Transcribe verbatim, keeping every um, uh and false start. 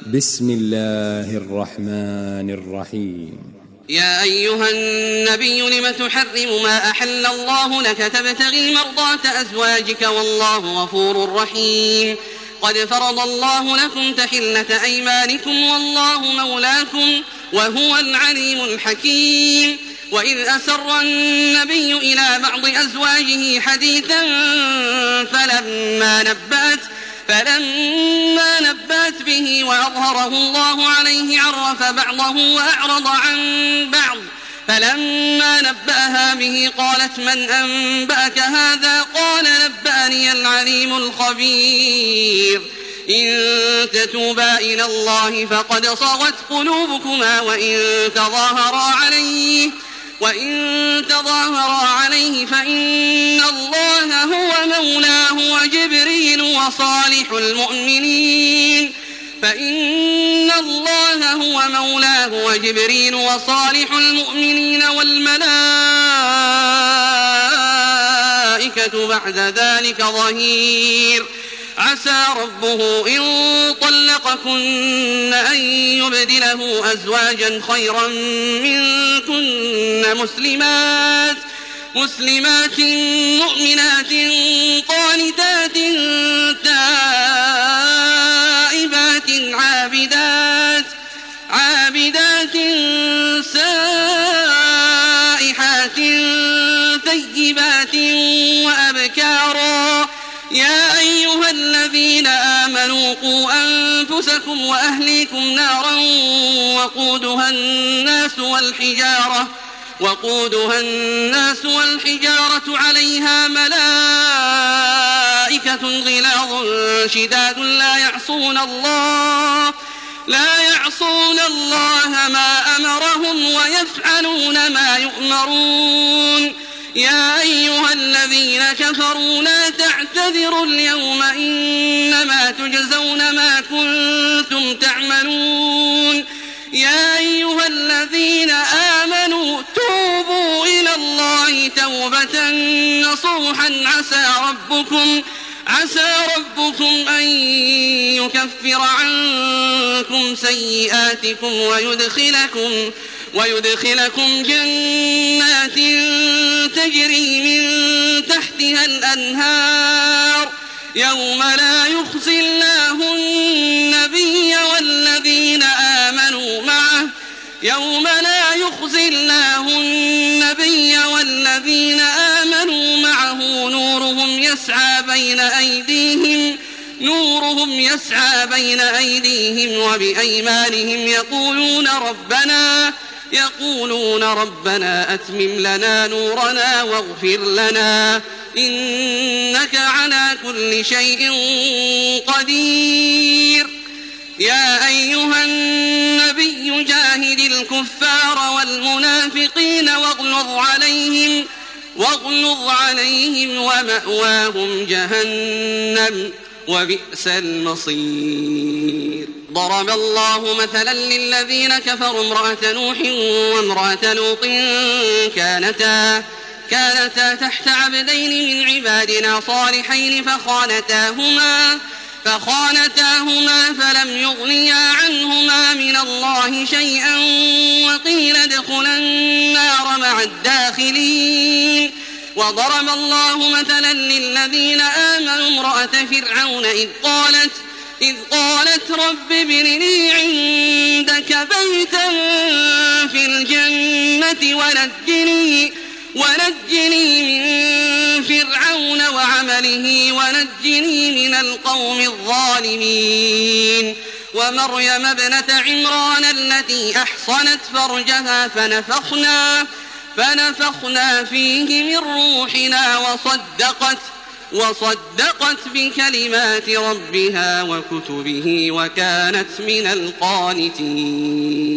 بسم الله الرحمن الرحيم. يا أيها النبي لم تحرم ما أحل الله لك تبتغي مرضات أزواجك والله غفور رحيم. قد فرض الله لكم تحلة أيمانكم والله مولاكم وهو العليم الحكيم. وإذ أسر النبي إلى بعض أزواجه حديثا فلما نبأت فلما نبأت به وأظهره الله عليه عرف بعضه وأعرض عن بعض. فلما نبأها به قالت من أنبأك هذا؟ قال نبأني العليم الخبير. إن تتوبا إلى الله فقد صغت قلوبكما وإن تظاهرا عليه وإن تظاهرا عليه فإن الله هو مولاه وجبريل وصالح المؤمنين فإن الله هو مولاه وجبريل وصالح المؤمنين والملائكة بعد ذلك ظهير. عسى ربه إن طلقكن أن يبدله أزواجا خيرا منكن مسلمات مسلمات مؤمنات قانتات تائبات عابدات عابدات سائحات ثيبات وأبكارا. يا أيها الذين آمنوا قوا أنفسكم وأهليكم نارا وقودها الناس والحجارة وقودها الناس والحجارة عليها ملائكة غلاظ شداد لا يعصون الله لا يعصون الله ما أمرهم ويفعلون ما يؤمرون. يا أيها الذين كفروا لا تعتذروا اليوم إنما تجزون ما كنتم تعملون. يا أيها الذين آمنوا توبوا إلى الله توبة نصوحا عسى ربكم عسى ربكم أن يكفر عنكم سيئاتكم ويدخلكم ويدخلكم جنات تجري من تحتها الأنهار يوم لا يخزي الله النبي والذين آمنوا معه يوم لا يخزي الله النبي والذين آمنوا معه نورهم يسعى بين أيديهم نورهم يسعى بين أيديهم وبأيمانهم يقولون ربنا يقولون ربنا أتمم لنا نورنا واغفر لنا إنك على كل شيء قدير. يا أيها النبي جاهد الكفار والمنافقين واغلظ عليهم واغلظ عليهم ومأواهم جهنم وبئس المصير. ضرب الله مثلا للذين كفروا امرأة نوح وامرأة لوط كانتا كانتا تحت عبدين من عبادنا صالحين فخانتاهما فخانتاهما فلم يغنيا عنهما من الله شيئا وقيل ادخلا النار مع الداخلين. وضرب الله مثلا للذين آمنوا امرأة فرعون إذ قالت إذ قالت رب ابن لي عندك بيتا في الجنة ونجني ونجني من فرعون وعمله ونجني من القوم الظالمين. ومريم ابنة عمران التي أحصنت فرجها فنفخنا فنفخنا فيه من روحنا وصدقت وصدقت بكلمات ربها وكتبه وكانت من القانتين.